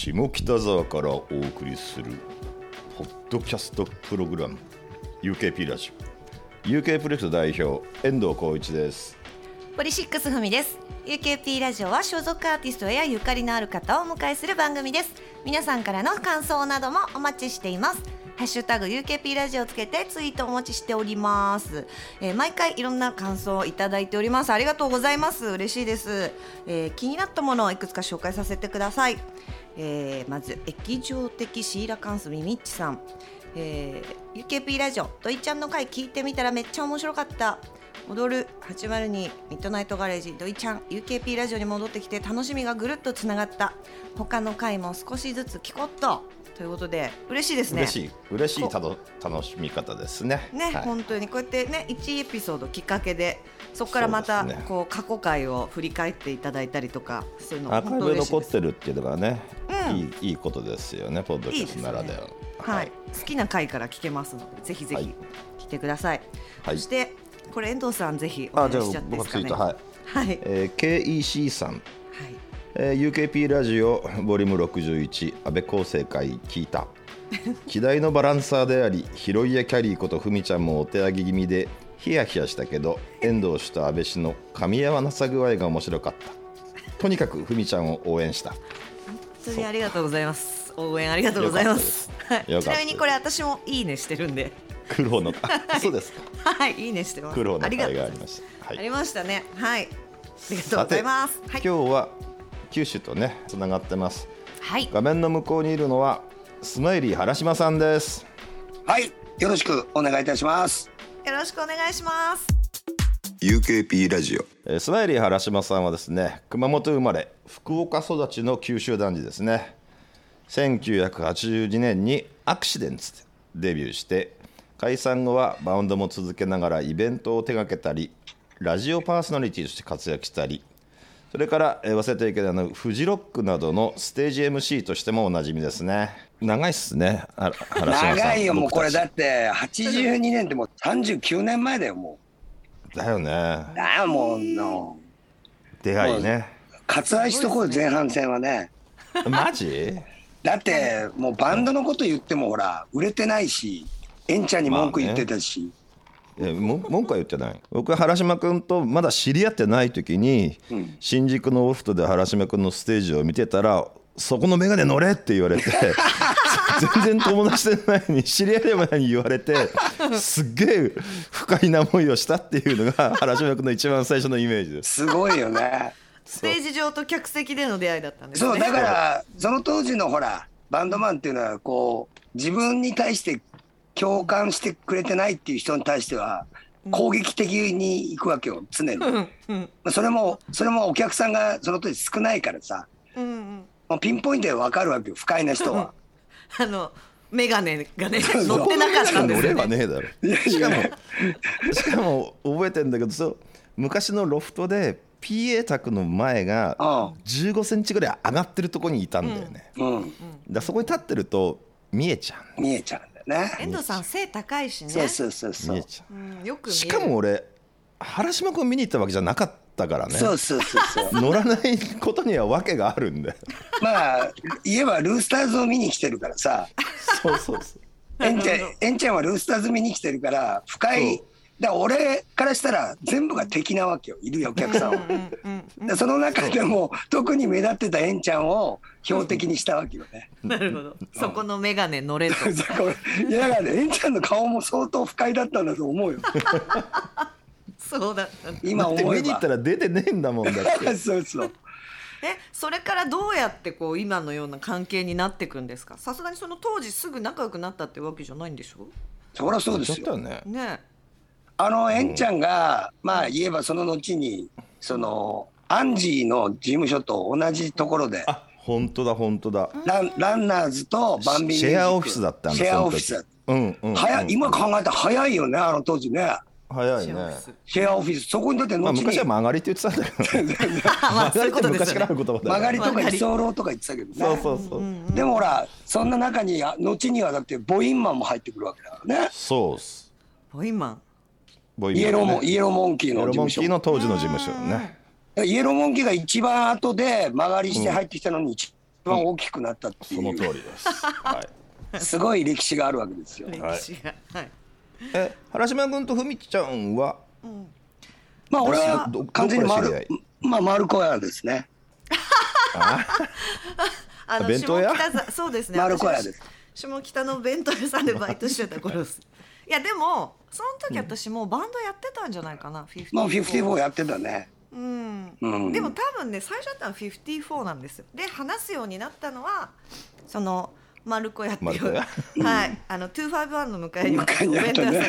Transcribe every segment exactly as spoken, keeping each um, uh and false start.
下北沢からお送りするポッドキャストプログラム ユーケーピー ラジオ ユーケー プロジェクト代表遠藤浩一です。 ポリシックスふみです。 ユーケーピー ラジオは所属アーティストやゆかりのある方をお迎えする番組です。皆さんからの感想などもお待ちしています。ハッシュタグ ユーケーピー ラジオをつけてツイートお待ちしております、えー、毎回いろんな感想をいただいております。ありがとうございます。嬉しいです、えー、気になったものをいくつか紹介させてください。えー、まず液状的シーラカンスミミッチさん、えー、ユーケーピー ラジオドイちゃんの回聞いてみたらめっちゃ面白かった。踊るはちまるにミッドナイトガレージドイちゃん ユーケーピー ラジオに戻ってきて楽しみがぐるっとつながった。他の回も少しずつ聞こっとということで嬉しいですね。 嬉しい嬉しいたど楽しみ方ですね。 ね、はい、本当にこうやってねいちエピソードきっかけでそこからまたこう過去回を振り返っていただいたりとかそういうのアーカイブ残ってるっていうのがね、 うん、 いい、いいことですよね。ポッドキャストならでは、 いいですね。はい、好きな回から聞けますのでぜひぜひ聞いてください、はい、そしてこれ遠藤さんぜひお願いしちゃっていいですかね。 はい、はいえー、ケーイーシー さん、はいえー、ユーケーピー ラジオボリュームろくじゅういち安倍康生会聞いた希代のバランサーでありヒロイヤキャリーことふみちゃんもお手上げ気味でヒヤヒヤしたけど遠藤氏と安倍氏の噛み合わなさ具合が面白かった。とにかくふみちゃんを応援した。 本当にありがとうございます。応援ありがとうございます。はい、ちなみにこれ私もいいねしてるんで苦労のあそうですかはいいいねしてます。 苦労の会がありました、はい、 ありましたね。はいありがとうございます。はい、 今日は九州とねつながってます、 はい、 画面の向こうにいるのはスマイリー原島さんです。 はいよろしくお願いいたします。 よろしくお願いします。 ユーケーピー ラジオスマイリー原島さんはですね熊本生まれ福岡育ちの九州男児ですね。せんきゅうひゃくはちじゅうにねんにアクシデンツでデビューして解散後はバンドも続けながらイベントを手掛けたりラジオパーソナリティとして活躍したりそれから忘れてはいけないのフジロックなどのステージ エムシー としてもおなじみですね。長いっすね原島さん。 長いよもうこれだってはちじゅうにねんってもうさんじゅうきゅうねんまえだよもう。 だよね。 だよもうの出会いね。 割愛しとこう前半戦はね。 マジ？ だってもうバンドのこと言ってもほら売れてないしエンちゃんに文句言ってたし、まあねえ文句は言ってない。僕は原島君とまだ知り合ってない時に、うん、新宿のオフトで原島君のステージを見てたらそこのメガネ乗れって言われて全然友達でないのに知り合いでもないに言われてすっげえ不快な思いをしたっていうのが原島君の一番最初のイメージです。 すごいよねステージ上と客席での出会いだったんですね。 そうだからその当時のほらバンドマンっていうのはこう自分に対して共感してくれてないっていう人に対しては攻撃的に行くわけよ常に、うんうん、それもそれもお客さんがその当時少ないからさ、うんうん、もうピンポイントで分かるわけよ不快な人はあのメガネがね乗ってなかったんですよね。 乗ればねえだろ。しかもしかも覚えてんだけどそう昔のロフトで ピーエー 卓の前がじゅうごセンチぐらい上がってるとこにいたんだよね、うんうん、だそこに立ってると見えちゃう見えちゃうんだよね。 遠藤さん背高いしね。 そうそうそうそう、 見えちゃう、 うん、よく見える。 しかも俺原島君見に行ったわけじゃなかったからね。 そうそうそうそう乗らないことには訳があるんでまあ言えばルースターズを見に来てるからさそうそうそうエンちゃん、エンちゃんはルースターズ見に来てるから不快だから俺からしたら全部が敵なわけよいるお客さんはその中でも特に目立ってたエンちゃんを標的にしたわけよね。 なるほど、うん、そこのメガネ乗れといやだからねエンちゃんの顔も相当不快だったんだと思うよそうだった今思えば見に行ったら出てねえんだもんだってそうそうえそれからどうやってこう今のような関係になっていくんですか。さすがにその当時すぐ仲良くなったってわけじゃないんでしょ。 そりゃそうですよね。 ねあのエンちゃんが、うん、まあ言えばその後にそのアンジーの事務所と同じところであ本当だ本当だラン, ランナーズとバンビーシェアオフィスだったんだ。 シェアオフィスだった、うんうんうん、早今考えたら早いよねあの当時ね。 早いねシェアオフィスそこにだって後に、まあ、 昔は曲がりって言ってたんだけどまあそういうことですよね。 曲がりとか居候とか言ってたけどね。 そうそうそう、うんうん、 でもほらそんな中に後にはだってボインマンも入ってくるわけだからね。 そうっすボインマンボインマン、ね、イエローモンイエローモンキーの事務所イエローモンキーの当時の事務所ね。 イエローモンキーが一番後で曲がりして入ってきたのに、 番大きくなったっていう、 その通りです、はい、 すごい歴史があるわけですよ。 歴史が、はい、 え原島君とふみちゃんは、 うん、 まあ俺は完全に丸、まあ、丸子屋ですね。 あの弁当屋？ 下北そうですね。 丸子屋です。 下北の弁当屋さんでバイトしてた頃です。いやでもその時私もうバンドやってたんじゃないかな。フィフティーフォー、 まあフィフティーフォーやってたね。 うんうん、 でも多分ね最初だったのはフィフティーフォーなんですよ。で話すようになったのはその丸子屋っていう、はい、あのにひゃくごじゅういちの向かいにお弁当屋さんがあって、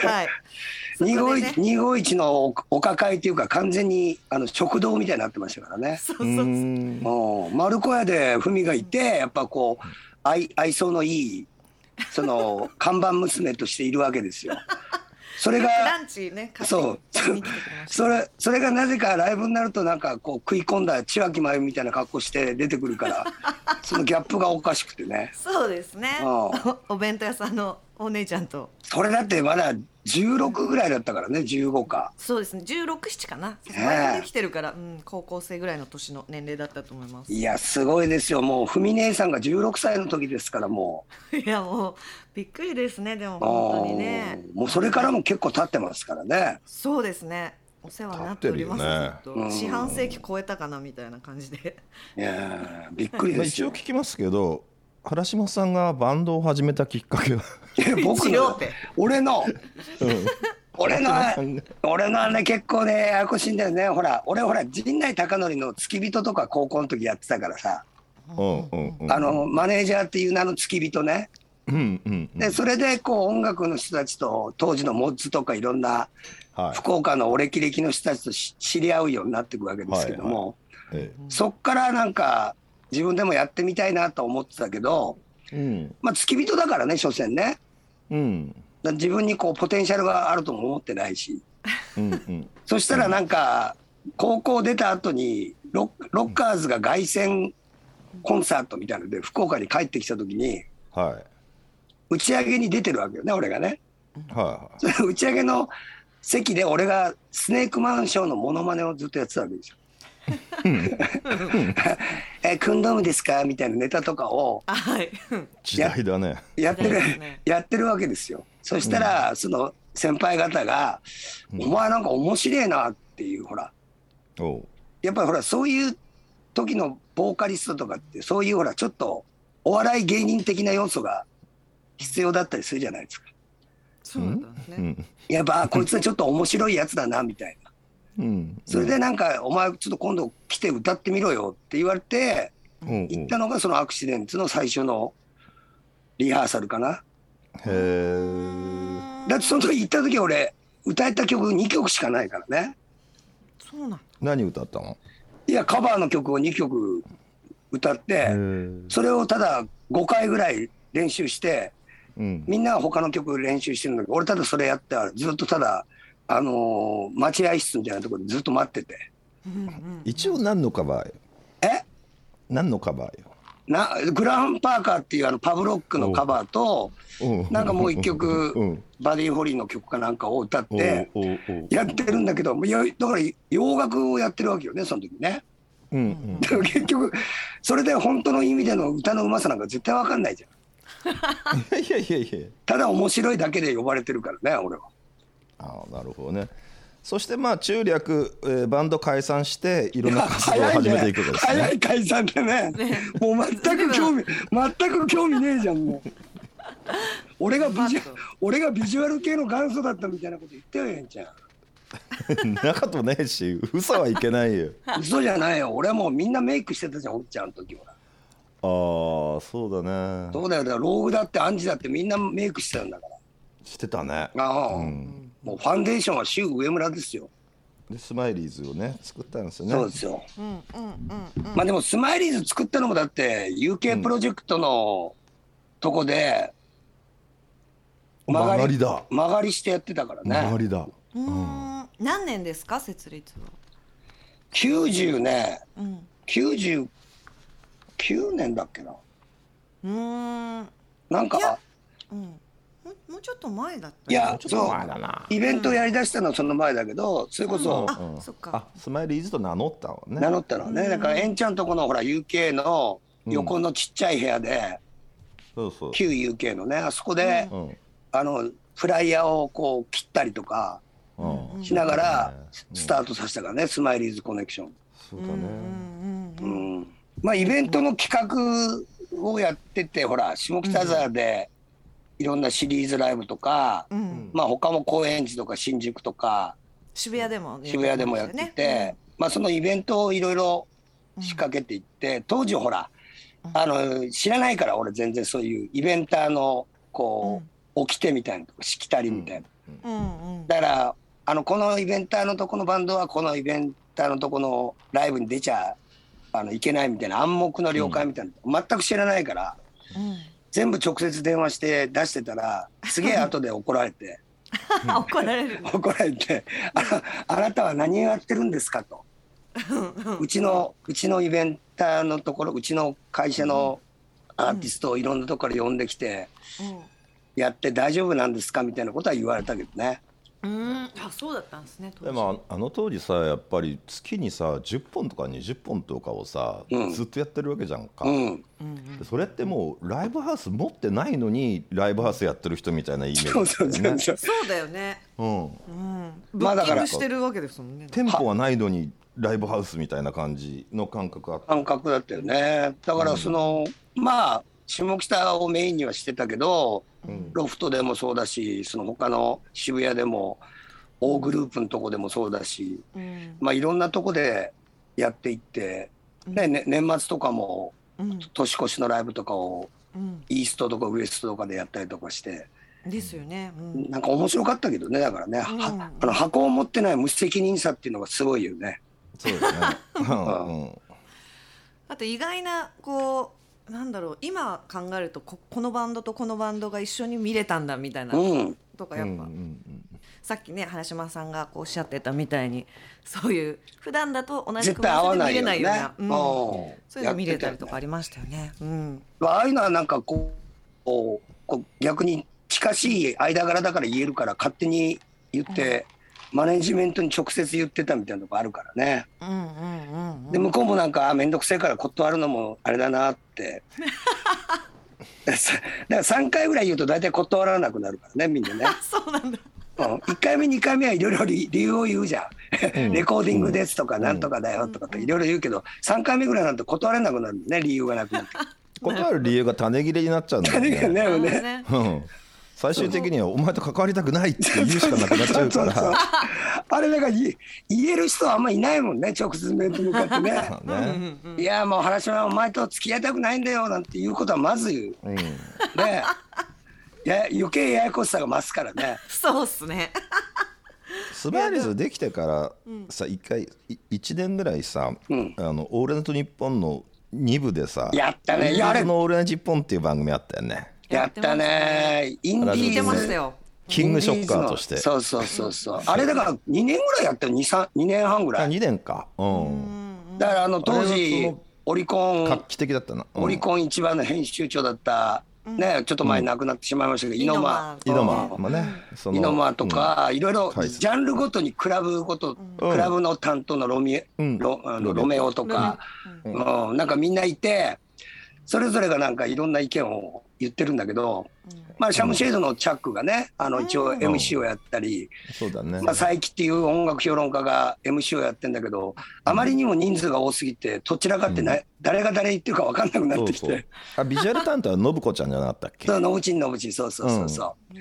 はい。 にごいちのお抱えっていうか完全にあの食堂みたいになってましたからね。 そうそうそう。 もう丸子屋で文がいてやっぱこう愛愛想のいいその看板娘としているわけですよ。それがランチね、 そうそれそれがなぜかライブになるとなんかこう食い込んだ千秋真由みたいな格好して出てくるからそのギャップがおかしくてね。 そうですね。お, お弁当屋さんのお姉ちゃんとそれだってまだじゅうろくぐらいだったからね。じゅうごか。 そうですね、じゅうろく、ななかな。前できてるから、うん、高校生ぐらいの年の年齢だったと思います。 いやすごいですよ。もう文姉さんがじゅうろくさいの時ですからもういやもうびっくりですね。でも本当にね、 もうそれからも結構経ってますからね。 そうですね、お世話になっております、ね、ずっと四半世紀超えたかなみたいな感じでいやびっくりですよ。 一応聞きますけど原島さんがバンドを始めたきっかけは僕の俺の、うん、俺の俺のね結構ねややこしいんだよね。ほら俺ほら陣内孝則の付き人とか高校の時やってたからさ、うんうんうん、あのマネージャーっていう名の付き人ね、うんうんうん、でそれでこう音楽の人たちと当時のモッズとかいろんな福岡のお歴々の人たちと知り合うようになっていくわけですけども、はいはい、そっからなんか自分でもやってみたいなと思ってたけど、うん、まあ付き人だからね所詮ね、うん、だ自分にこうポテンシャルがあるとも思ってないし、うんうん、そしたらなんか高校出た後に ロ, ロッカーズが凱旋コンサートみたいなので福岡に帰ってきた時に、はい、打ち上げに出てるわけよね俺がね、はいはい、それ打ち上げの席で俺がスネークマンションのモノマネをずっとやってたわけですよえクンドームですかみたいなネタとかを時代だねやってるやってるわけですよ。そしたら、うん、その先輩方が、うん、お前なんか面白いなっていうほらおやっぱりほらそういう時のボーカリストとかってそういうほらちょっとお笑い芸人的な要素が必要だったりするじゃないですか。 そうだね、うん、 やっぱこいつはちょっと面白いやつだなみたいな。うん、それでなんかお前ちょっと今度来て歌ってみろよって言われて行ったのがそのアクシデンツの最初のリハーサルかな。へー。だってその時行った時俺歌えた曲にきょくしかないからね。 そうなん。 何歌ったの？ いやカバーの曲をにきょく歌ってそれをただごかいぐらい練習して、うん、みんなは他の曲練習してるんだけど俺ただそれやってずっとただあのー、待合室みたいなところでずっと待ってて、 うんうん、一応何のカバーよ？ え？ 何のカバーよ？ なグラハム・パーカーっていうあのパブロックのカバーとなんかもう一曲バディ・ホリーの曲かなんかを歌ってやってるんだけどだから洋楽をやってるわけよねその時ね、うんうん、でも結局それで本当の意味での歌のうまさなんか絶対分かんないじゃんいやいやいやただ面白いだけで呼ばれてるからね俺は。 ああなるほどね。そしてまあ中略、えー、バンド解散していろんな活動を始めていくわけですね。 早い解散でねもう全く興味全く興味ねえじゃんもう俺がビジュ俺がビジュアル系の元祖だったみたいなこと言ってるやんじゃんなことねえし嘘はいけないよ嘘じゃないよ。俺はもうみんなメイクしてたじゃんおっちゃんの時は。ああそうだね。 そうだよ。だからローグだってアンジだってみんなメイクしてたんだから。 してたね。 ああ、うん、もうファンデーションは週上村ですよ。 でスマイリーズをね作ったんですよね。 そうですよ、うんうんうんうん、まあでもスマイリーズ作ったのもだって ユーケー プロジェクトのとこで曲がりだ曲がりしてやってたからね。 曲がりだ。 うん、何年ですか設立は？ きゅうじゅうね、うん、きゅうじゅうきゅうねんだっけな。うーんなんかうん、もうちょっと前だった。 いやそうイベントやりだしたのはその前だけど、それこそ、 うん、あ、そっか。 あスマイリーズと名乗ったのね。 名乗ったのね。だからエンちゃんとこのほら ユーケー の横のちっちゃい部屋で、 そうそう旧 ユーケー のねあそこで、 うん、 あのフライヤーをこう切ったりとかうん、 しながらうんスタートさせたからね、スマイリーズコネクション。 そうだね、 うんまあイベントの企画をやってて、ほら下北沢でいろんなシリーズライブとか、 うん、 まあ他も高円寺とか新宿とか渋谷でもね、 渋谷でもやってて、まあそのイベントをいろいろ仕掛けていって、当時ほらあの知らないから俺全然そういうイベンターのこう掟みたいなとかしきたりみたいな、 うんうん、 だからあのこのイベンターのとこのバンドはこのイベンターのとこのライブに出ちゃあのいけないみたいな暗黙の了解みたいな、うん、全く知らないから、うん、全部直接電話して出してたらすげえ後で怒られて怒られる怒られてあ「あなたは何をやってるんですか」とうちのうちのイベンターのところうちの会社のアーティストをいろんなところから呼んできて、うん、やって大丈夫なんですかみたいなことは言われたけどね。 うん、あ、そうだったんですね。 でもあの当時さやっぱり月にさじゅっぽんとかにじゅっぽんとかをさ、うん、ずっとやってるわけじゃんか、うん、でそれってもうライブハウス持ってないのにライブハウスやってる人みたいなイメージだよね。 そうそうそうそうそうだよね、うんうん、ブッキングしてるわけですもんね。 店舗はないのにライブハウスみたいな感じの感覚あった感覚だったよね。だからその、うん、まあ下北をメインにはしてたけど、うん、ロフトでもそうだしその他の渋谷でも大グループのとこでもそうだし、うん、まあいろんなとこでやっていって、ねね、年末とかも、うん、年越しのライブとかを、うん、イーストとかウエストとかでやったりとかしてですよね、うん、 なんか面白かったけどね。だからね、うん、あの箱を持ってない無責任さっていうのがすごいよね。 そうだね、うん、 あと意外なこうなんだろう今考えると こ, このバンドとこのバンドが一緒に見れたんだみたいな、うん、とかやっぱ、うんうんうん、さっきね原島さんがこうおっしゃってたみたいにそういう普段だと同じ組み合わせで見れないような、うん、そういうの見れたりとかありましたよね。うん、 ああいうのはなんかこう、こう逆に近しい間柄だから言えるから勝手に言って、うん、マネジメントに直接言ってたみたいなとこあるからね、うんうんうんうん、で向こうもなんか面倒くせえから断るのもあれだなってだからさんかいぐらい言うと大体断らなくなるからねみんなね。 そうなんだ、 うん、いっかいめにかいめはいろいろ理由を言うじゃん、うん、レコーディングですとかなんとかだよとかっていろいろ言うけどさんかいめぐらいになると断れなくなるね、理由がなくなって断る理由が種切れになっちゃうんだよね。種切れね、ね、うん、最終的にはお前と関わりたくないって言うしかなくなっちゃうからそうそうそうあれだから言える人はあんまいないもんね、直接面と向かって ね, ねいやもう原島お前と付き合いたくないんだよなんていうことはまず言う、うん、ねや余計ややこしさが増すからね。 そうっすねスマイルズできてからさ一回いちねんぐらいさ、うん、あのオールナイトニッポンのに部でさやったね、 やれのオールナイトニッポンっていう番組あったよね。 やったね、インディーズキングショッカーとして。 そうそうそうそうあれだからにねんぐらいやったよ、 に, にねんはんぐらい。 あにねんか、うん、 だからあの当時オリコン画期的だったな、 うん、オリコン一番の編集長だったね、ちょっと前亡くなってしまいましたけど、猪間猪間もね、 猪間とかいろいろジャンルごとにクラブごと、うん、クラブの担当のロミ、うん、ロ, あのロメオとか、うんうん、なんかみんないてそれぞれがなんかいろんな意見を言ってるんだけど、うん、まあシャムシェードのチャックがねあの一応 エムシー をやったり、 うん、そうだね、 まあ、佐伯っていう音楽評論家が エムシー をやってんだけど、あまりにも人数が多すぎてどちらかってな、うん、誰が誰言ってるか分かんなくなってきて、そうそう、 あビジュアル担当は信子ちゃんじゃなかったっけ。 そう信ちん信ちんそうそうそうそう、うん、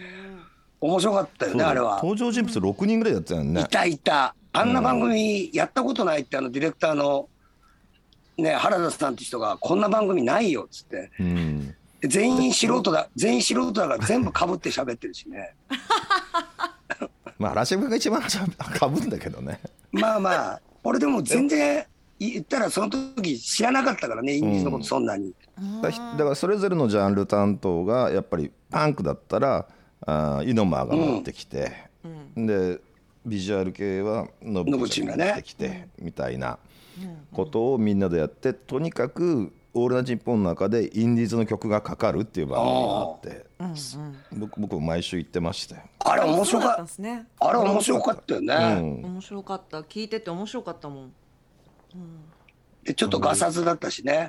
面白かったよねあれは。 登場人物ろくにんぐらいやってたよね。 いたいた、あんな番組やったことないってあのディレクターのね、原田さんって人がこんな番組ないよっつって、うん、全員素人だ全員素人だから全部かぶって喋ってるしねまあ原島が一番かぶるんだけどねまあまあ俺でも全然言ったらその時知らなかったからね、インディーズのことそんなに、 うん、だからそれぞれのジャンル担当がやっぱりパンクだったらあイノマーが持ってきて、うん、でビジュアル系はノブチンが持ってきて、ね、みたいなことをみんなでやって、とにかくオールナイトニッポンの中でインディーズの曲がかかるっていう番組があって、あ、うん、僕, 僕毎週行ってましたよ。 あれ面白かった、ね、あれ面白かったよね、 うん、面白かった、聞いてて面白かったもん、うん、 でちょっとガサツだったしね、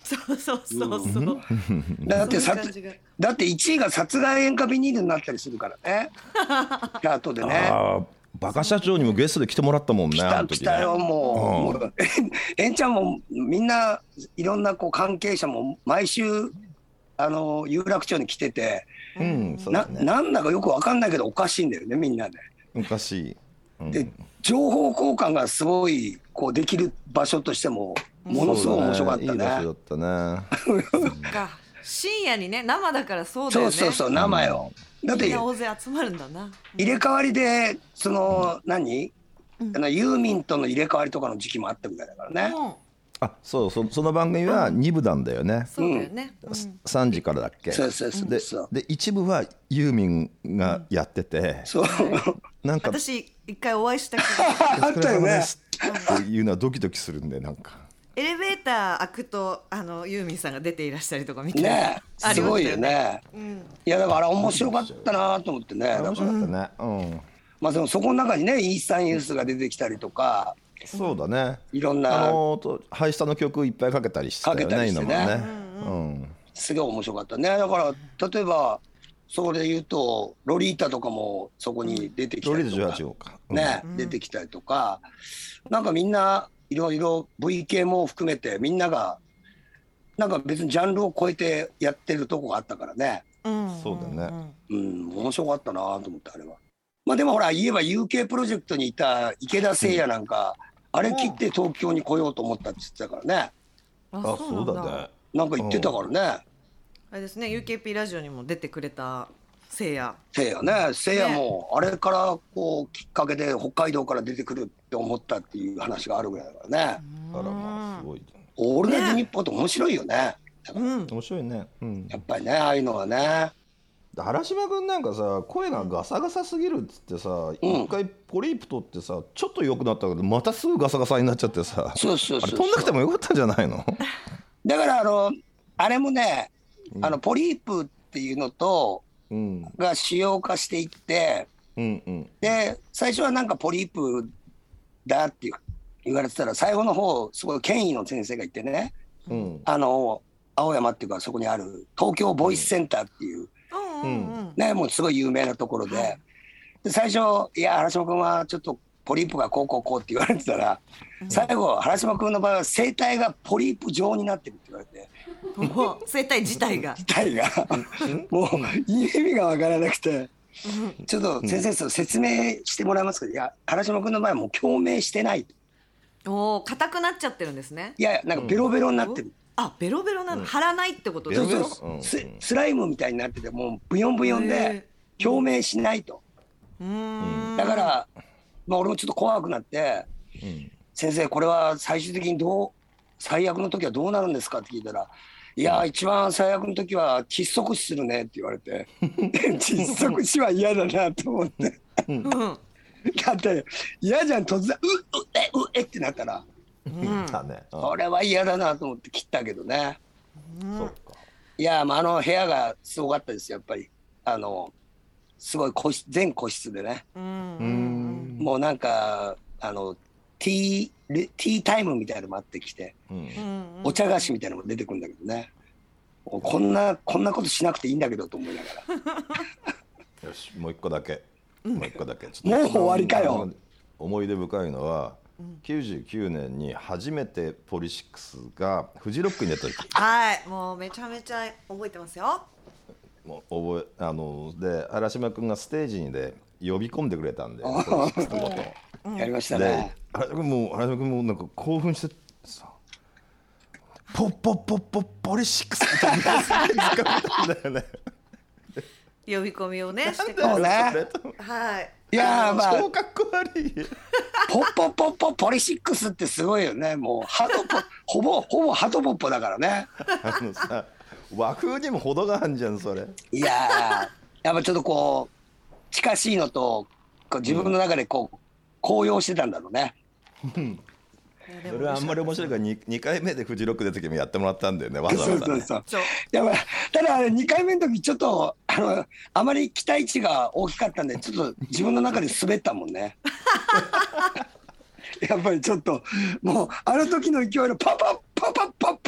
そうそうそうそう、 うんだってさそういう感じがだっていちいが殺害塩化ビニールになったりするからねチャートでね。 ああバカ社長にもゲストで来てもらったもんね。 来あの時ねた来たよもう、 うんもうえんちゃんもみんないろんなこう関係者も毎週あの有楽町に来てて、 うんそうなだね。 なんだかよくわかんないけどおかしいんだよねみんなで。 昔、うん、 で情報交換がすごいこうできる場所としてもものすごい面白かったそうだねいい場ね。 所だったね。 か深夜にね生だからそうだよね。 そうそうそう生よ。だってみんな大勢集まるんだな。 入れ替わりでその何、 うんあのユーミンとの入れ替わりとかの時期もあったみたいだからね。 うんあそうそその番組はに部なんだよね。 そうだよね。うんさんじからだっけ。 そうそうそうでそう。 で一部はユーミンがやってて、 そうなんか私一回お会いしたけどあったよね。 っていうのはドキドキするんでなんか。 エレベーター開くとあのユーミンさんが出ていらしたりとかみたいな、 ねありすごいましたよね。 よね。 うんいやだからあれ面白かったなと思ってね。だ面から白かったね。うん。 まあでもそこの中にねイースタンユースが出てきたりとかそうだね。 いろんあなのーとハイスタの曲いっぱいかけたりしてたよかけたねりしてね今もね。うん。 すごい面白かったね。だから例えばそれで言うとロリータとかもそこに出てきたロリータりとかじゅうはち号か。うんね、 うん出てきたりとかなんかみんないろいろ ブイケー も含めてみんながなんか別にジャンルを超えてやってるとこがあったからね。 うんそうだねうん面白かったなと思ってあれは。まあでもほら言えば ユーケー プロジェクトにいた池田誠也なんか、あれ切って東京に来ようと思ったって言ってたからね。 ああそうなんだそうだね。 なんか言ってたからね。 あれですね ユーケーピー ラジオにも出てくれたせいや。 誠也ね誠也もあれからこうきっかけで北海道から出てくるって思ったっていう話があるぐらいだからね。 あらまあすごい。 オールナイトニッポンって面白いよね。 うん面白いね。うん。 やっぱりねああいうのはね。 原島君なんかさ声がガサガサすぎるっつってさ一回ポリープ取ってさちょっと良くなったけどまたすぐガサガサになっちゃってさそうそうそうそうあれ取んなくてもよかったんじゃないの。 だからあのあれもね、あのポリープっていうのとうんが主要化していってうんうんで最初はなんかポリープだって言われてたら最後の方すごい権威の先生がいてねうんあの青山っていうかそこにある東京ボイスセンターっていううんうんうんねもうすごい有名なところで、で最初いや原島君はちょっとポリープがこうこうこうって言われてたら、最後原島君の場合は声帯がポリープ状になってるって言われてもう声帯自体が自体がもう意味がわからなくてちょっと先生その説明してもらえますか。いや原島君の場合はもう共鳴してないおお硬くなっちゃってるんですね。 いやなんかベロベロになってる、 あベロベロなの、張らないってことですベロベロそううんススライムみたいになっててもうブヨンブヨンで共鳴しないと。 うーんだから、まあ、俺もちょっと怖くなってうん先生これは最終的にどう最悪の時はどうなるんですかって聞いたらいや一番最悪の時は窒息死するねって言われて窒息死は嫌だなと思ってうんだって嫌じゃん突然ううえうえってなったらうんだね。うんこれは嫌だなと思って切ったけどね。 そっか。 いやまああの部屋がすごかったですよやっぱりあのすごい個室全個室でねうんうんもうなんかあのティーレティータイムみたいなのもあってきてうんうんお茶菓子みたいなのも出てくるんだけどねもうこんなこんなことしなくていいんだけどと思いながらよしもう一個だけもう一個だけちょっともう終わりかよ。 思い出深いのはきゅうじゅうきゅうねんに初めてポリシックスがフジロックに出た時はいもうめちゃめちゃ覚えてますよ。 もう覚えあので原島君がステージにで呼び込んでくれたんでポリシックスのことやりましたでね。 原島君も原島君もなんか興奮してさポッポッポッポッポリシックスみたいなすげえ使ったんだよね。 呼び込みをねしてくそうださい。 ね。 はいいやーまあ超かっこ悪い。 ポッポッポッポポリシックスってすごいよね。もうハトポほぼほぼハトポッポだからね。 あのさ和風にも程があるじゃんそれ。 いやーやっぱちょっとこう近しいのとこう自分の中でこう高揚してたんだろうね。 それはあんまり面白いから 2, 2回目でフジロック出た時もやってもらったんだよねわざそうわざね。 そうそう。 そうやっぱただあれにかいめの時ちょっとあのあまり期待値が大きかったんでちょっと自分の中で滑ったもんね。やっぱりちょっともうあの時の勢いのパパパパパパ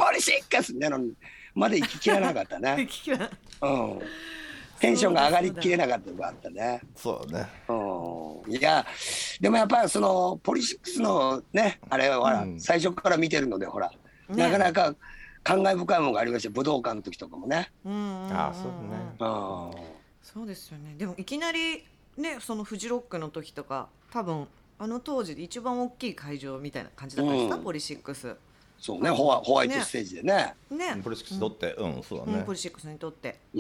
ポリシックスみたいなのまで行ききらなかったね。うん、テンションが上がりきれなかったのがあったね。 そうだね、 うん、いやでもやっぱりそのポリシックスのねあれはほら、うん、最初から見てるのでほら、ね、なかなか感慨深いものがありました。武道館の時とかもね。 うんうんうん、 ああそうね、 うん、そうですよね。でもいきなりねそのフジロックの時とか多分あの当時で一番大きい会場みたいな感じだったんですか、うん、ポリシックス。 そうね、ホワ、ホワイトステージでね。 ね、 ポリシックスにとって、うん、うん、そうだね、 うん、ポリシックスにとって、 うん、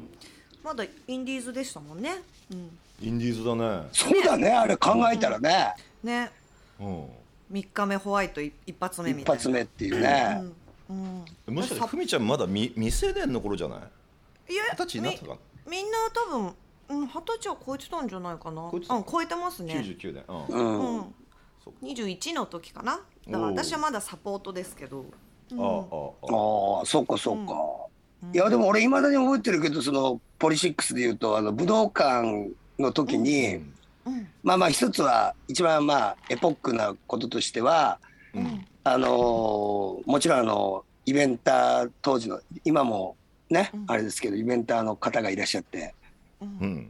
まだインディーズでしたもんね、うん、 インディーズだね。 そうだね、あれ考えたらね、 うん、ね、うん、みっかめホワイト一発目みたいな、 一発目っていうね、 うんうん、もしかしてふみちゃんまだ未未成年の頃じゃない？ いや、 二十歳になったかな。 みんな多分、うん、二十歳は超えてたんじゃないかな。うん、超えてますね。 きゅうじゅうきゅうねん、うん、うん、 にじゅういちの時かな。だから私はまだサポートですけど。 うん、ああ、ああ、そうかそうか、うん、いやでも俺いまだに覚えてるけど、そのポリシックスでいうとあの武道館の時に、うんうん、まあまあ一つは一番まあエポックなこととしては、うん、あのー、もちろんあのイベンター当時の今もね、うん、あれですけどイベンターの方がいらっしゃって、うん、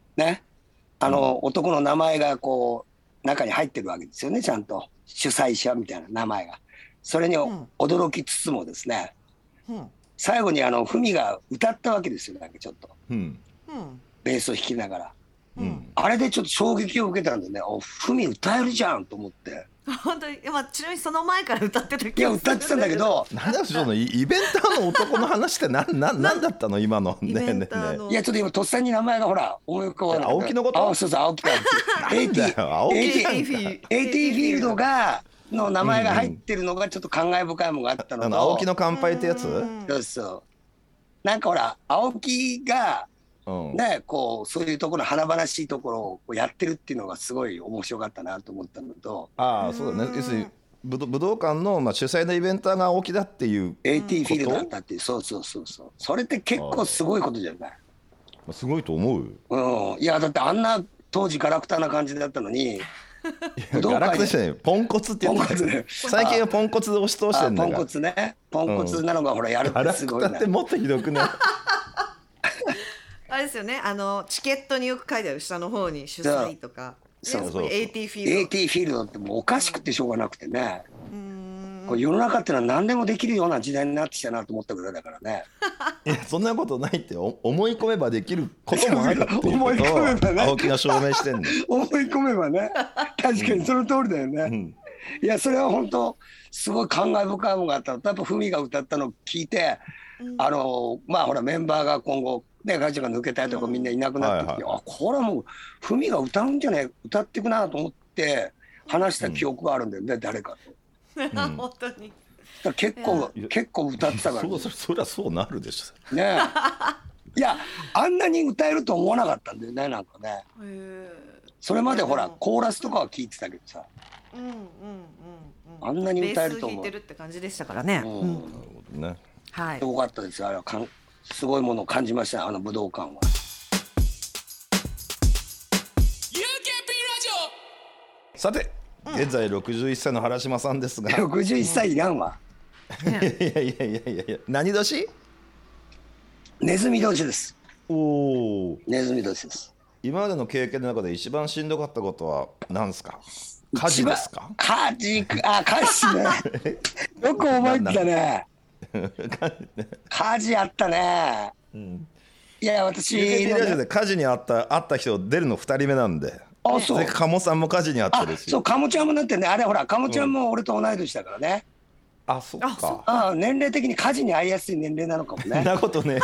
ね、あの、うん、男の名前がこう中に入ってるわけですよね、ちゃんと主催者みたいな名前が。それに驚きつつもですね、うん、最後にあのフミが歌ったわけですよ、なんかちょっと、うん、ベースを弾きながら、うん、あれでちょっと衝撃を受けたんでね、おフミ歌えるじゃんと思って。 本当に、まあ、ちなみにその前から歌ってた気がする。 いや歌ってたんだけどなんだそのイベンターの男の話って何ななんだったの今のねえねえねいやちょっと今とっさに名前がほら思い浮かばない。 青木のこと？ あ、そうそう、青木かエイティーフィールドがの名前が入ってるのがちょっと感慨深いものがあったのと、 あの青木の乾杯ってやつ？ そうそう、なんかほら青木がね、こうそういうところの華々しいところをやってるっていうのがすごい面白かったなと思ったのと、 ああそうだね、要するに武道、武道館のまあ主催のイベンターが青木だっていうエーティー フィールドだったっていう、そうそうそうそう、それって結構すごいことじゃない？ すごいと思う。 うん、いやだってあんな当時ガラクタな感じだったのにガラクタじゃない、ポンコツって言ってた、ね、最近はポンコツで押し通してんだから。 ポンコツね、ポンコツなのがほらやるってすごいな、 ガラクタってもっとひどくない？ あれですよね、あのチケットによく書いてある下の方に主催とか、 そうそうそう、 エーティー フィールド、 エーティー フィールドってもうおかしくてしょうがなくてね、うん、これ世の中ってのは何でもできるような時代になってきたなと思ったぐらいだからね。 いやそんなことないって、思い込めばできることもあるっていうことを青木が証明してんだよ。 思い込めばね、確かにその通りだよね、うん、いやそれは本当すごい感慨深いものがあったのと、やっぱフミが歌ったのを聞いて、うん、あのまあほらメンバーが今後ね、会長が抜けたりとかみんないなくなってきて、うん、はいはい、あこれはもうフミが歌うんじゃねえ、歌っていくなと思って話した記憶があるんだよね、うん、誰かと、うん、 本当にだ結構結構歌ってたから、 ね、そ, そりゃそうなるでしょね。いやあんなに歌えると思わなかったんだよね、なんかね。それまでほらコーラスとかは聞いてたけどさ、うんうんうんうん、あんなに歌えると思う、ベース弾いてるって感じでしたからね、うんうん、なるほどね、はい、よかったですよ、あれはかんすごいものを感じました、あの武道館は。 さて、うん、現在ろくじゅういっさいの原島さんですが、 ろくじゅういっさいいらんわ。 いやいやいやいやいや、何年？ ネズミ年です。 おお。 ネズミ年です。 今までの経験の中で一番しんどかったことは何ですか？家事ですか？ 家事、あ、家事ね。よく覚えてたね。家事あったね、うん、いや私の、ね、 ラジオで家事にあったあった人出るのふたりめなんで、あそう、鴨さんも家事にあってるし、 そう鴨ちゃんもなってね、あれほら鴨ちゃんも俺と同い年だからね、 うん、あそっか、 あ年齢的に家事に合いやすい年齢なのかもね。 そんなことね。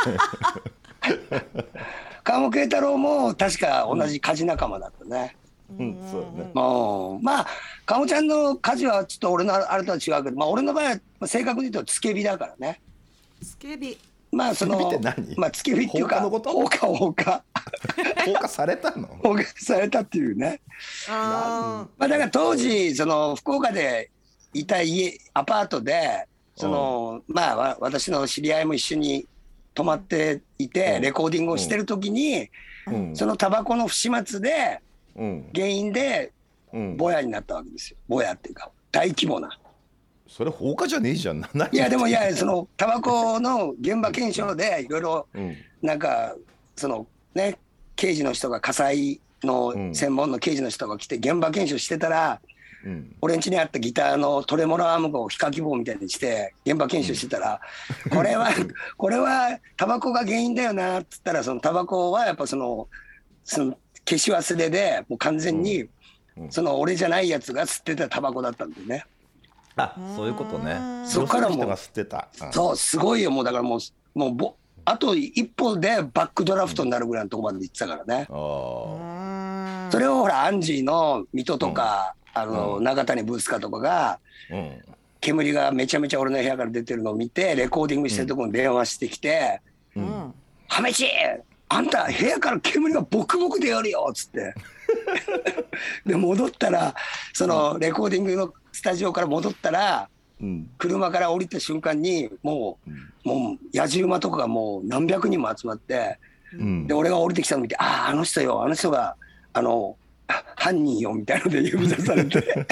鴨慶太郎も確か同じ家事仲間だったね、 うん、そうね。 もうまあ鴨ちゃんの家事はちょっと俺のあれとは違うけど、まあ俺の場合は正確に言うとつけ火だからね。 つけ火。 まあそのまあつけ火っていうか放火放火放火されたの？ 放火されたっていうね。あまあだから当時その福岡でいた家アパートでそのまあ私の知り合いも一緒に泊まっていてレコーディングをしてる時にそのタバコの不始末で原因でぼやになったわけですよ。ぼやっていうか大規模な。 それ放火じゃねえじゃん。何いやでもいやそのタバコの現場検証でいろいろなんかそのね刑事の人が火災の専門の刑事の人が来て現場検証してたら、うん、俺ん家にあったギターのトレモロアームをヒカキ棒みたいにして現場検証してたら、うん、これはこれはタバコが原因だよなっつったらそのタバコはやっぱそのその消し忘れでもう完全にその俺じゃないやつが吸ってたタバコだったんだよね。 あ、そういうことね。 そこからもうが吸ってた、 うん、そうすごいよ。もうだからもうもうぼあと一歩でバックドラフトになるぐらいのところまで行ってたからね、うん、それをほらアンジーの水戸とか、うん、あの、うん、永谷ブースカとかが、うん、煙がめちゃめちゃ俺の部屋から出てるのを見てレコーディングしてるところに電話してきて「うん、はめちあんた部屋から煙がボクボク出よるよ」っつってで戻ったらそのレコーディングのスタジオから戻ったら、うん、車から降りた瞬間にもう、うん、もうやじ馬とかがもう何百人も集まって、うん、で俺が降りてきたの見て「あああの人よあの人があの犯人よ」みたいので呼び出されて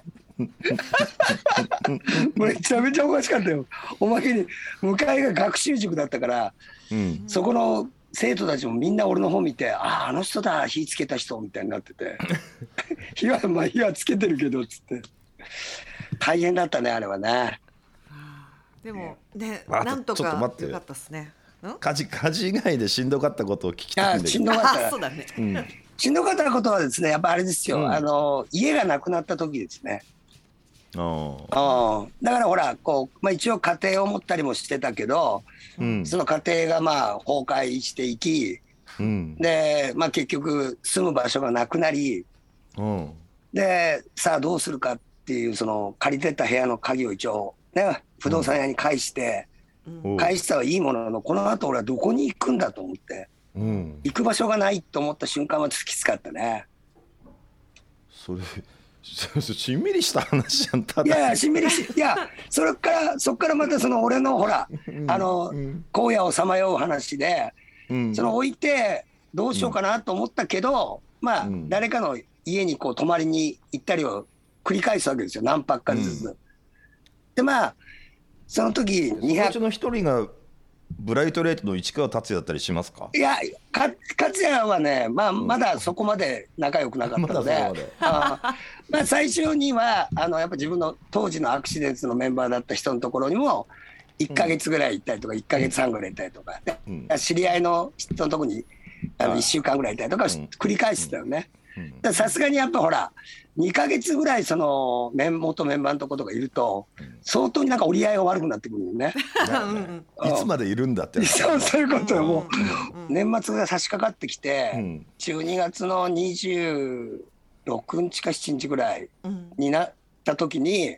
めちゃめちゃおかしかったよ。おまけに向かいが学習塾だったから、うん、そこの生徒たちもみんな俺の方見て「あああの人だ火つけた人」みたいになってて火はまあ火はつけてるけどっつって大変だったねあれはね。 でもね、なんとかよかったっすね。 火事火事以外でしんどかったことを聞きたいんだけど。 しんどかったそうだね、うん、しんどかったことはですねやっぱあれですよ、うん、あの家がなくなった時ですね。あだからほらこう、まあ、一応家庭を持ったりもしてたけど、うん、その家庭がまあ崩壊していき、うん、で、まあ、結局住む場所がなくなり、うん、でさあどうするかっていうその借りてた部屋の鍵を一応、ね、不動産屋に返して、うん、返したはいいもののこの後俺はどこに行くんだと思って、うん、行く場所がないと思った瞬間はきつかったね。 それしんみりした話じゃん。ただいやいやしんみりしいやそれからそっからまたその俺のほら、うん、あの、うん、荒野をさまよう話で、うん、その置いてどうしようかなと思ったけど、うん、まあ、うん、誰かの家にこう泊まりに行ったりを繰り返すわけですよ何泊かずつ、うん、でまあその時にひゃくそのうちの一人がブライトレイトの市川達也だったりしますか？ いやか達也はね、まあ、まだそこまで仲良くなかったので、まであまあ最初にはあのやっぱ自分の当時のアクシデンスのメンバーだった人のところにもいっかげつぐらい行ったりとかいっかげつはんぐらい行ったりとか、うん、知り合いの人のところにあのいっしゅうかんぐらい行ったりとか繰り返してたよね。さすがにやっぱほらにかげつぐらいその元メンバーのとことかいると相当になんか折り合いが悪くなってくるよねいつまでいるんだってそうそういうことよ。もう年末が差し掛かってきてじゅうにがつのにじゅうろくにちかしちにちぐらいになった時に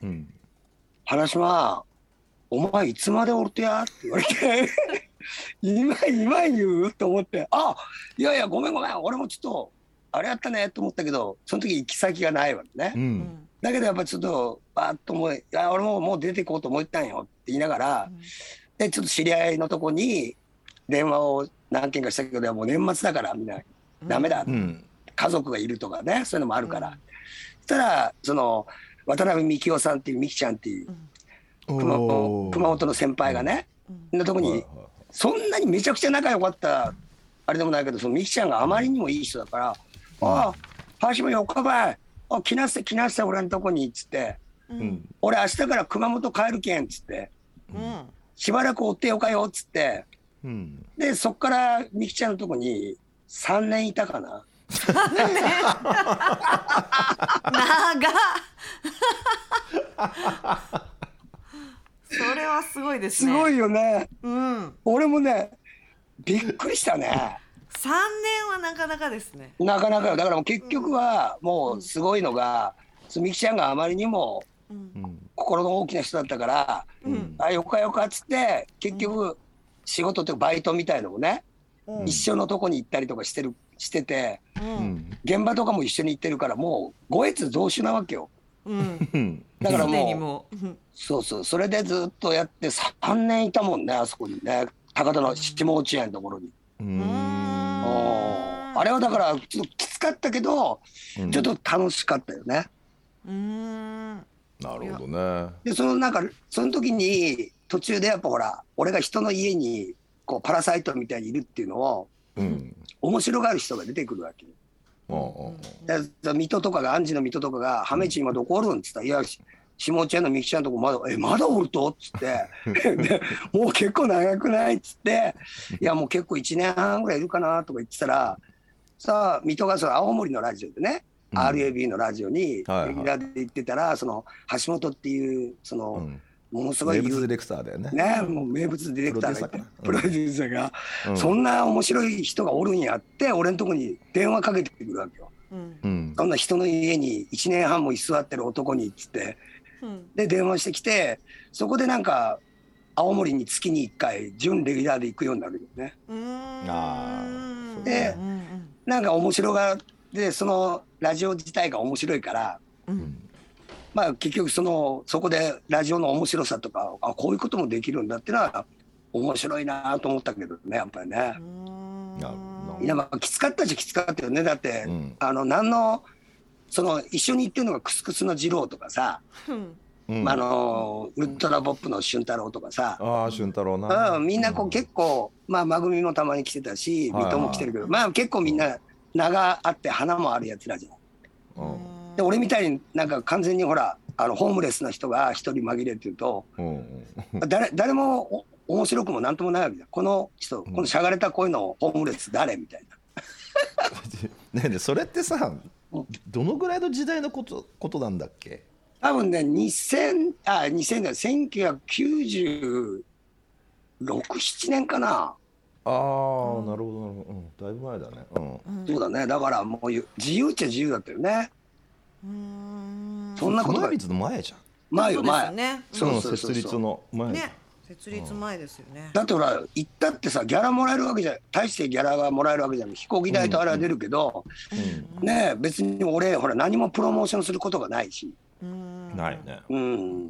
「原島お前いつまでおるとや?」って言われて今今言うと思って「あいやいやごめんごめん俺もちょっとあれやったね」と思ったけどその時行き先がないわけね、うん、だけどやっぱちょっとバーッと思い「いや俺ももう出ていこうと思ったんよ」って言いながら、うん、でちょっと知り合いのとこに電話を何件かしたけどもう年末だからみんなダメだ、うん、家族がいるとかねそういうのもあるから、うん、そしたらその渡辺美樹夫さんっていう美樹ちゃんっていう、うん、熊, 本熊本の先輩がね、うん、のとこにそんなにめちゃくちゃ仲良かったあれでもないけどその美樹ちゃんがあまりにもいい人だから「ああ原島よっかばいあ来なさい来なさい俺のとこに」っつって、うん、俺明日から熊本帰るけんっつって、うん、しばらく追ってよかよっつって、うん、でそっからみきちゃんのとこにさんねんいたかな長それはすごいですね。 すごいよね、うん、俺もねびっくりしたねさんねんはなかなかですね。 なかなかよ。だからもう結局はもうすごいのが、うん、みきちゃんがあまりにも心の大きな人だったから、うん、あよかよかっつって結局仕事ってバイトみたいのもね、うん、一緒のとこに行ったりとかしてるしてて、うん、現場とかも一緒に行ってるからもう五越同種なわけよ、うん、だからもうそうそうそれでずっとやってさんねんいたもんねあそこにね高田の下落合のところに。うんあれはだからちょっときつかったけど、うん、ちょっと楽しかったよね。 うーんなるほどね。 でそのなんかその時に途中でやっぱほら俺が人の家にこうパラサイトみたいにいるっていうのを、うん、面白がる人が出てくるわけ。うんうん、で水戸とかが安治の水戸とかが「ハメチ今どこおるん?」っつったら「いや下落合のみきちゃんのとこまだえまだおると?」っつってで「もう結構長くない?」っつって「いやもう結構いちねんはんぐらいいるかな」とか言ってたらさあ水戸がその青森のラジオでね、うん、アールエービー のラジオにレギュラーで言ってたら、はいはい、その橋本っていうその、うんものすごい名物ディレクターだよね。 ね、もう名物ディレクターがいてプロデューサーが、うん、そんな面白い人がおるんやって俺のとこに電話かけてくるわけよ。うん、そんな人の家にいちねんはんも居座ってる男にっつって、うん、で電話してきてそこでなんか青森に月にいっかい準レギュラーで行くようになるよね。うんあでなんか面白がでそのラジオ自体が面白いから。うんまあ、結局そのそこでラジオの面白さとかあこういうこともできるんだっていうのは面白いなと思ったけどねやっぱりね。いやまあきつかったしきつかったよねだって、うん、あの何のその一緒に行ってるのがクスクスの二郎とかさ、うんまあ、あのウルトラポップの俊太郎とかさあ俊太郎な、 うん、みんなこう結構、まあ、真組もたまに来てたし水戸も来てるけど、はいはい、まあ結構みんな名があって花もあるやつらじゃん。うんで俺みたいになんか完全にほらあのホームレスな人が一人紛れっていうと、うん、誰, 誰も面白くもなんともないわけじゃん。この人、うん、このしゃがれた声のホームレス誰みたいなねえねえそれってさどのぐらいの時代のこと、ことなんだっけ。 多分ねにせんあにせんだせんきゅうひゃくきゅうじゅうろく、ななねんかな。ああ、うん、なるほどなるほど、うん、だいぶ前だね、 うん、そうだね。だからもう自由っちゃ自由だったよね。うーんそんなことがの前じゃん。 前よ前。 ね、 そうそうそう設立の前ね。設立前ですよね。 だってほら行ったってさギャラもらえるわけじゃ大してギャラがもらえるわけじゃない。飛行機代とあれは出るけど、うん、ね別に俺ほら何もプロモーションすることがないし。 うんないね。 うん。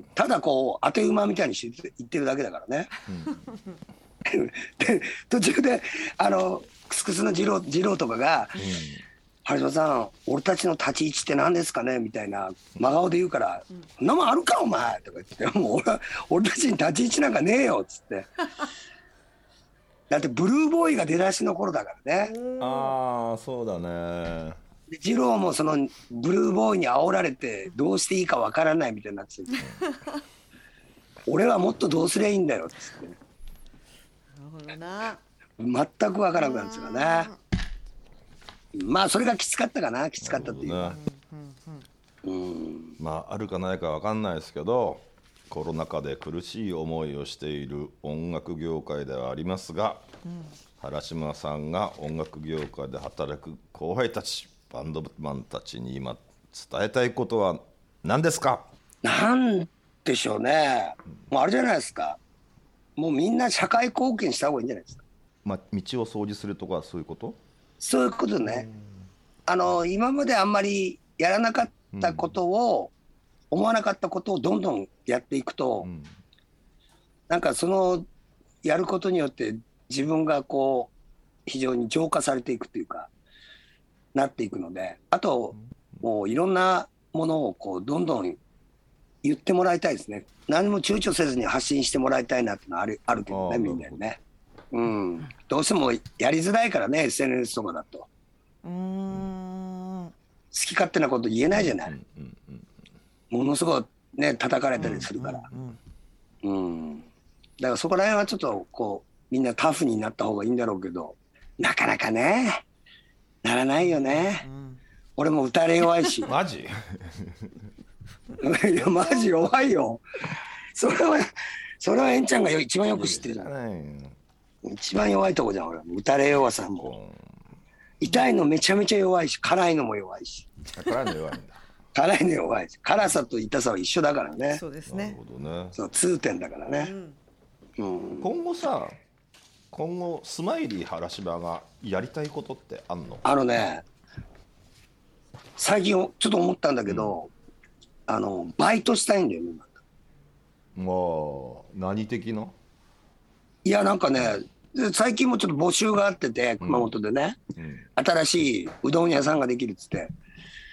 ただこう当て馬みたいにして行ってるだけだからね。うん、で途中であのクスクスの二郎二郎とかが。うん原島さん俺たちの立ち位置って何ですかねみたいな真顔で言うから「そ、うん、んなもんあるかお前」とか言って「もう 俺, 俺たちに立ち位置なんかねえよ」っつってだってブルーボーイが出だしの頃だからね。 ああそうだね。 で二郎もそのブルーボーイに煽られてどうしていいかわからないみたいになってて俺はもっとどうすりゃいいんだよっつってなるほどな全くわからなくなるんですよね。まあそれがきつかったかなきつかったっていうか、ねうん、まああるかないか分かんないですけどコロナ禍で苦しい思いをしている音楽業界ではありますが、うん、原島さんが音楽業界で働く後輩たちバンドマンたちに今伝えたいことは何ですか。 なんでしょうね、もうあれじゃないですか。もうみんな社会貢献した方がいいんじゃないですか。 まあ道を掃除するとかそういうこと。 そういうことね。あの今まであんまりやらなかったことを、うん、思わなかったことをどんどんやっていくと、うん、なんかそのやることによって自分がこう非常に浄化されていくというかなっていくので、あともういろんなものをこうどんどん言ってもらいたいですね。何も躊躇せずに発信してもらいたいなっていうのはある、あるけどねみんなね。うん、どうしてもやりづらいからね エスエヌエス とかだとうーん好き勝手なこと言えないじゃない、うんうんうん、ものすごいね叩かれたりするから、うんうんうん、だからそこら辺はちょっとこうみんなタフになった方がいいんだろうけどなかなかねならないよね、うん、俺も打たれ弱いしマジいやマジ弱いよ。それはそれはえんちゃんが一番よく知ってるじゃん。一番弱いとこじゃん俺。打たれ弱さも痛いのめちゃめちゃ弱いし辛いのも弱いし。 辛いの弱いんだ。 辛いの弱いし辛さと痛さは一緒だからね。 そうですね。なるほどね。そう痛点だからね、 うんうん、今後さ今後スマイリー原島がやりたいことってあんの？ あのね最近ちょっと思ったんだけど、うん、あのバイトしたいんだよね。 もう何的な？ いやなんかね最近もちょっと募集があってて熊本でね、うんうん、新しいうどん屋さんができるっつって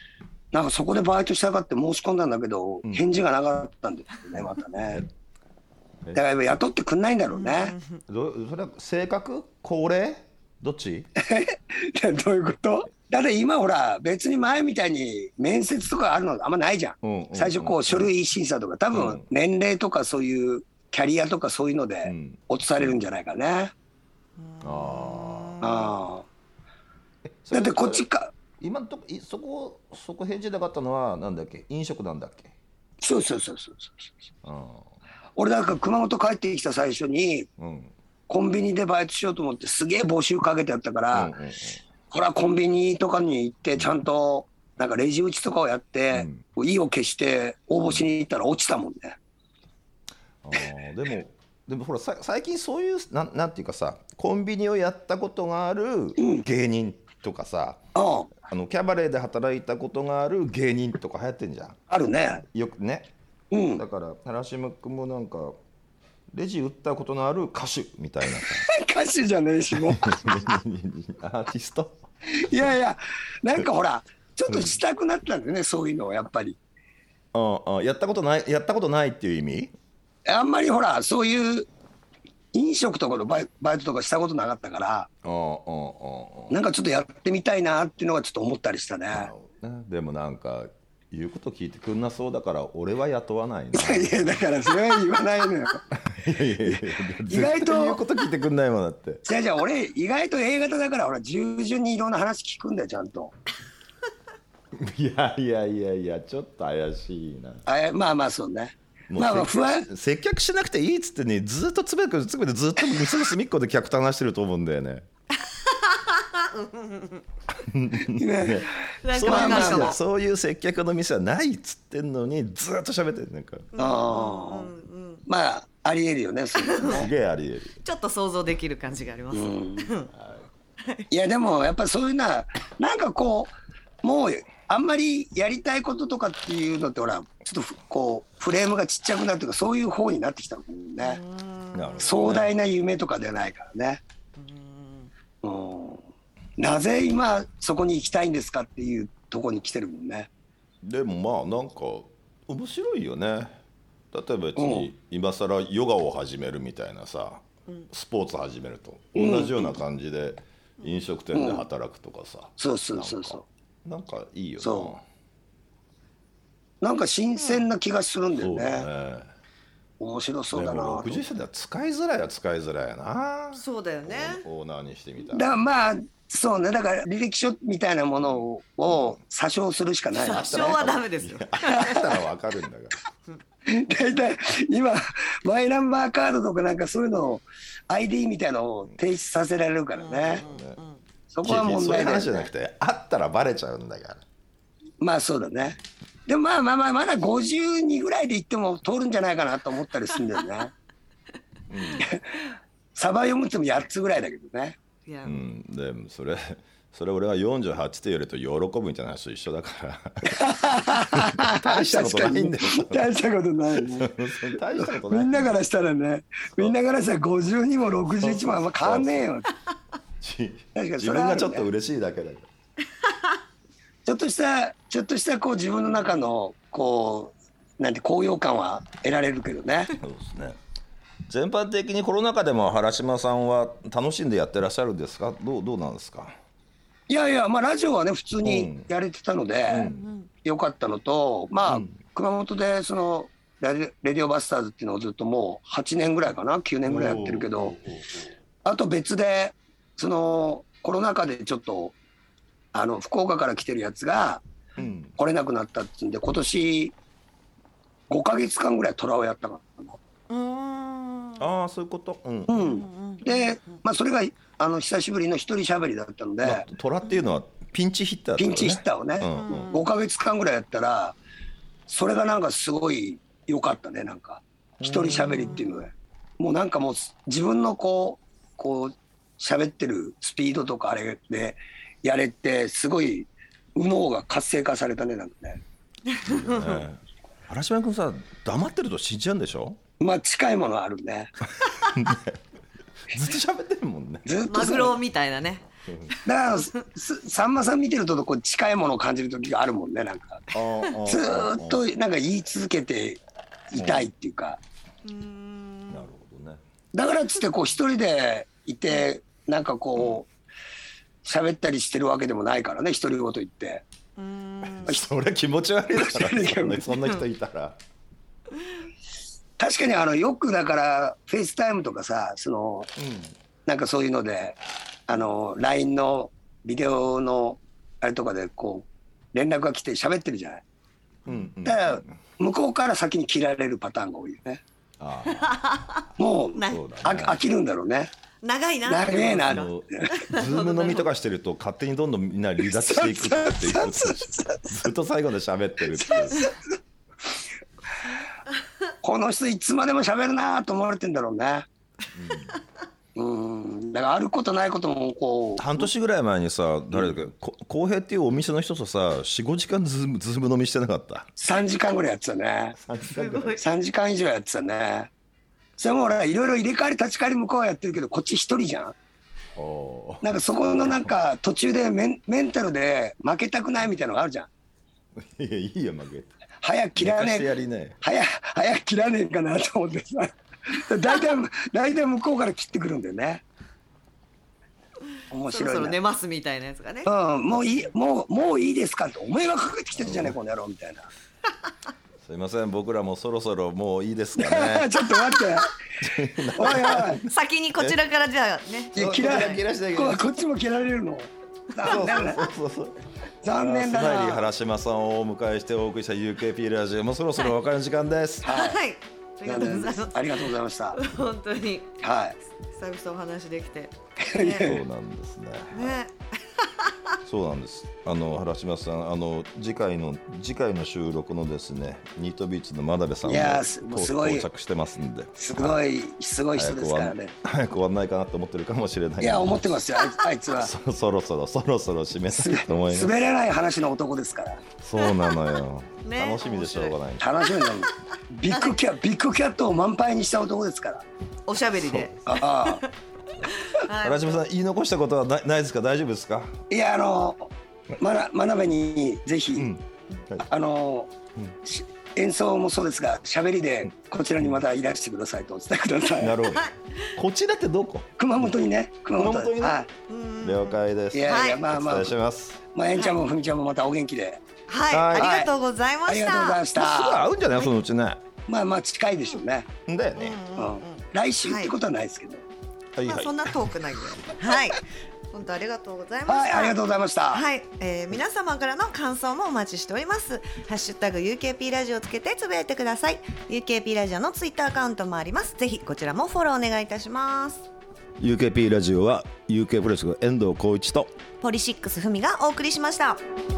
なんかそこでバイトしたかって申し込んだんだけど、 うん返事がなかったんですよねまたね。だからやっぱ雇ってくんないんだろうね。 どそれは性格高齢どっち？ どういうこと？だって今ほら別に前みたいに面接とかあるのあんまないじゃん。 うんうんうん最初こう書類審査とか多うん分年齢とかそういうキャリアとかそういうのうでん落とされるんじゃないかね。 ああーあ。だってこっちか。 今んとこいそこそこ返事なかったのはなんだっけ飲食なんだっけ？ そうそうそうそうそう。 あ俺なんか熊本帰ってきた最初にーうんコンビニでバイトしようと思ってすげえ募集かけてやったから、 うんうんうんこれはコンビニとかに行ってちゃんとなんかレジ打ちとかをやって、意を消して応募しに行ったら落ちたもんね。 あーでもでもほらさ最近そういうなんなんていうかさコンビニをやったことがある芸人とかさ、 ああ、 あのキャバレーで働いたことがある芸人とか流行ってんじゃんあるね。 よくね。 うん。 だから原島君もなんかレジ打ったことのある歌手みたいなさ歌手じゃねえしもう。 アーティストいやいや、なんかほら、ちょっとしたくなったんだよね、そういうのをやっぱり。 ああやったことないやったことないっていう意味？ あんまりほら、そういう飲食とかのバイバイトとかしたことなかったから、 あああああなんかちょっとやってみたいなっていうのがちょっと思ったりしたね。 あでもなんか言うこと聞いてくんなそうだから俺は雇わないな。 いや、だからそれは言わないのよ。 いやいやいや意外と絶対言うこと聞いてくんないもんだって。 じゃあじゃあ俺意外と A 型だからほら従順にいろんな話聞くんだよちゃんと。 いやいやいやいやちょっと怪しいな。 あまあまあそうね。 もうまあまあ不安。 接客しなくていいっつってねずっとつべくつべてずっと店の隅っこで客と話してると思うんだよね。 ねなんそういうかわかるかも店はそういう接客の店はないっつってんのにずっと喋ってるなんかあーまあありえるよねそういうのすね。 げえありえる。 ちょっと想像できる感じがあります、 いやでもやっぱそういうのはなんかこうもうあんまりやりたいこととかっていうのってほらちょっとふこうフレームがちっちゃくなるというかそういう方になってきたもんね。 なるほどね壮大な夢とかではないからね。うんなぜ今そこに行きたいんですかっていうところに来てるもんね。 でもまあなんか面白いよね。例えば別に今更ヨガを始めるみたいなさ、スポーツ始めると同じような感じで飲食店で働くとかさ、 そうそうそうそうなんかいいよな。 そなんか新鮮な気がするんだよそうね。 だね。 面白そうだなとでもろくじゅっさいでは使いづらいは使いづらいやな。 そうだよね。 オーナーにしてみただからら。 まあそうねだから履歴書みたいなものをを詐称するしかないな。 詐称はダメですよ。 あったらわかるんだから。 大体今マイナンバーカードとかなんかそういうのを アイディー みたいなのを提出させられるからね。そこは問そういう題だよ話じゃなね。 くてあったらバレちゃうんだから。 まあそうだね。でもまあまあまあまだごじゅうにぐらいで行っても通るんじゃないかなと思ったりするんだよね。サバ読むってもやっつぐらいだけどね。 いや、 うん、でもそれそれ俺はよんじゅうはちって言われると喜ぶみたいな話と一緒だから大したことないんだよ。 大したことないね。 大したことない。 みんなからしたらね、みんなからしたらごじゅうにもろくじゅういちもあんま変わんねえよ。 じ確かに自それはあるね分がちょっと嬉しいだけだよ。 ちょっとしたちょっとしたこう自分の中のこうなんて高揚感は得られるけどね。 そうですね。全般的にコロナ禍でも原島さんは楽しんでやってらっしゃるんですか？どうどうなんですか？ いやいやまあラジオはね普通にやれてたので、よかったのとまあ、 うん熊本でそのラディレディオバスターズっていうのをずっともうはちねんぐらいかなきゅうねんぐらいやってるけど、あと別でそのコロナ禍でちょっとあの福岡から来てるやつがうん来れなくなったっていうんで今年ごかげつかんぐらいトラをやったかな。 うーんああそういうこと。うん。 うん、で、まあ、それがあの久しぶりの一人喋りだったので、 まあ虎っていうのはピンチヒッターだからね。 ピンチヒッターをね、 うんうんごかげつかんぐらいやったらそれがなんかすごい良かったね。なんか一人喋りっていうのでもうなんかもう自分のこうこう喋ってるスピードとかあれでやれてすごい右脳が活性化されたね。なんかねね原島君さ黙ってると死んじゃうんでしょ？ まあ近いものあるね。 ずっと喋ってるもんね。 ずっとマグロみたいなね。 だからすさんまさん見てるとこう近いものを感じる時があるもんね。なんかずーっとなんか言い続けていたいっていうか、 うーんなるほどね。 だからっつってこう一人でいてなんかこう喋ったりしてるわけでもないからね。独り言言ってうーんそれ気持ち悪いからねそんな人いたら。 確かにあのよくだからフェイスタイムとかさ、そのなんかそういうのであの ライン のビデオのあれとかでこう連絡が来て喋ってるじゃない。 うんうん、 だから向こうから先に切られるパターンが多いよね。 あもうなそうだねあ飽きるんだろうね。 長いな長えなあのズーム飲みとかしてると勝手にどんどんみんな離脱していくっていうことでしょ。ずっと最後まで喋ってるっていう。 この人いつまでも喋るなと思われてんだろうね。うん、だからあることないこともこう半年ぐらい前にさ、誰だっけ、こ浩平っていうお店の人とさ よん、ごじかんズームズーム飲みしてなかった？ さんじかんぐらいやってたね。 さんじかんぐらい。 さんじかん以上やってたね。それも俺いろいろ入れ替わり立ち替わり向こうはやってるけどこっち一人じゃん。 おーなんかそこのなんか途中でメン、メンタルで負けたくないみたいなのがあるじゃん。 いやいいよ負けて。 早く切ら寝かしてやねえりね。 早早く切らねえかなと思ってさ大体大体向こうから切ってくるんだよね。面そろ白いな。 そろ寝ますみたいなやつがね。 うん、もういいもうもういいですかってお前がかけてきてるじゃねえこの野郎みたいな。 すいません僕らもそろそろもういいですかね。 ちょっと待っておいおい先にこちらからじゃあね。 いや切らこちら切らしてあげるここっちも切られるの。残念だそうそうそう残念だスマイリーな。 原島さんをお迎えしてお送りした ユーケーピー ラジオもそろそろお別れの時間です。 はいはい。ありがとうございます。 ありがとうございました。 本当にはい。 久々お話できて。 そうね。 なんですね。 ねそうなんです。あの原島さん、あの次回の次回の収録のですね、ニートビーツの真鍋さんもいやーすもうすごい到着してますんで、 すごいすごい人ですからね。 早く終わんないかなと思ってるかもしれない。 いや思ってますよ。あいあいつはそそろそろそろそろ締めたいと思います。 滑れない話の男ですから。 そうなのよ。 ね楽しみでしょうがない。 楽しみだね。ビッグキャビッグキャットを満杯にした男ですから。 おしゃべりで。 ああ。 はい原島さん言い残したことはないないですか？大丈夫ですか？ いやあのまな真鍋にぜひ、 うん。はいあの、し演奏もそうですが喋りでこちらにまたいらしてくださいとお伝えください。 なるほど。こちらってどこ？ 熊本にね熊本熊本にねはうん了解です。 い。いやいや、 はいまあまあお伝えします。 まあえんちゃんもふみちゃんもまたお元気で。 はい、 はいありがとうございましありがとうございた。 ましすぐた。 会うんじゃないそのうちね。 まあまあ近いでしょうね。 だよね。 うん来週ってことはないですけど。 はいはいまあそ。んな遠くないんで。はい。本当ありがとうございました。 はい、ありがとうございました。 はい、えー、皆様からの感想もお待ちしておりますハッシュタグ ユーケーピー ラジオをつけてつぶやいてください ユーケーピー ラジオのツイッターアカウントもありますぜひこちらもフォローお願いいたしますユーケーピー ラジオは ユーケー プロレスの遠藤浩一とポリシックスふみがお送りしました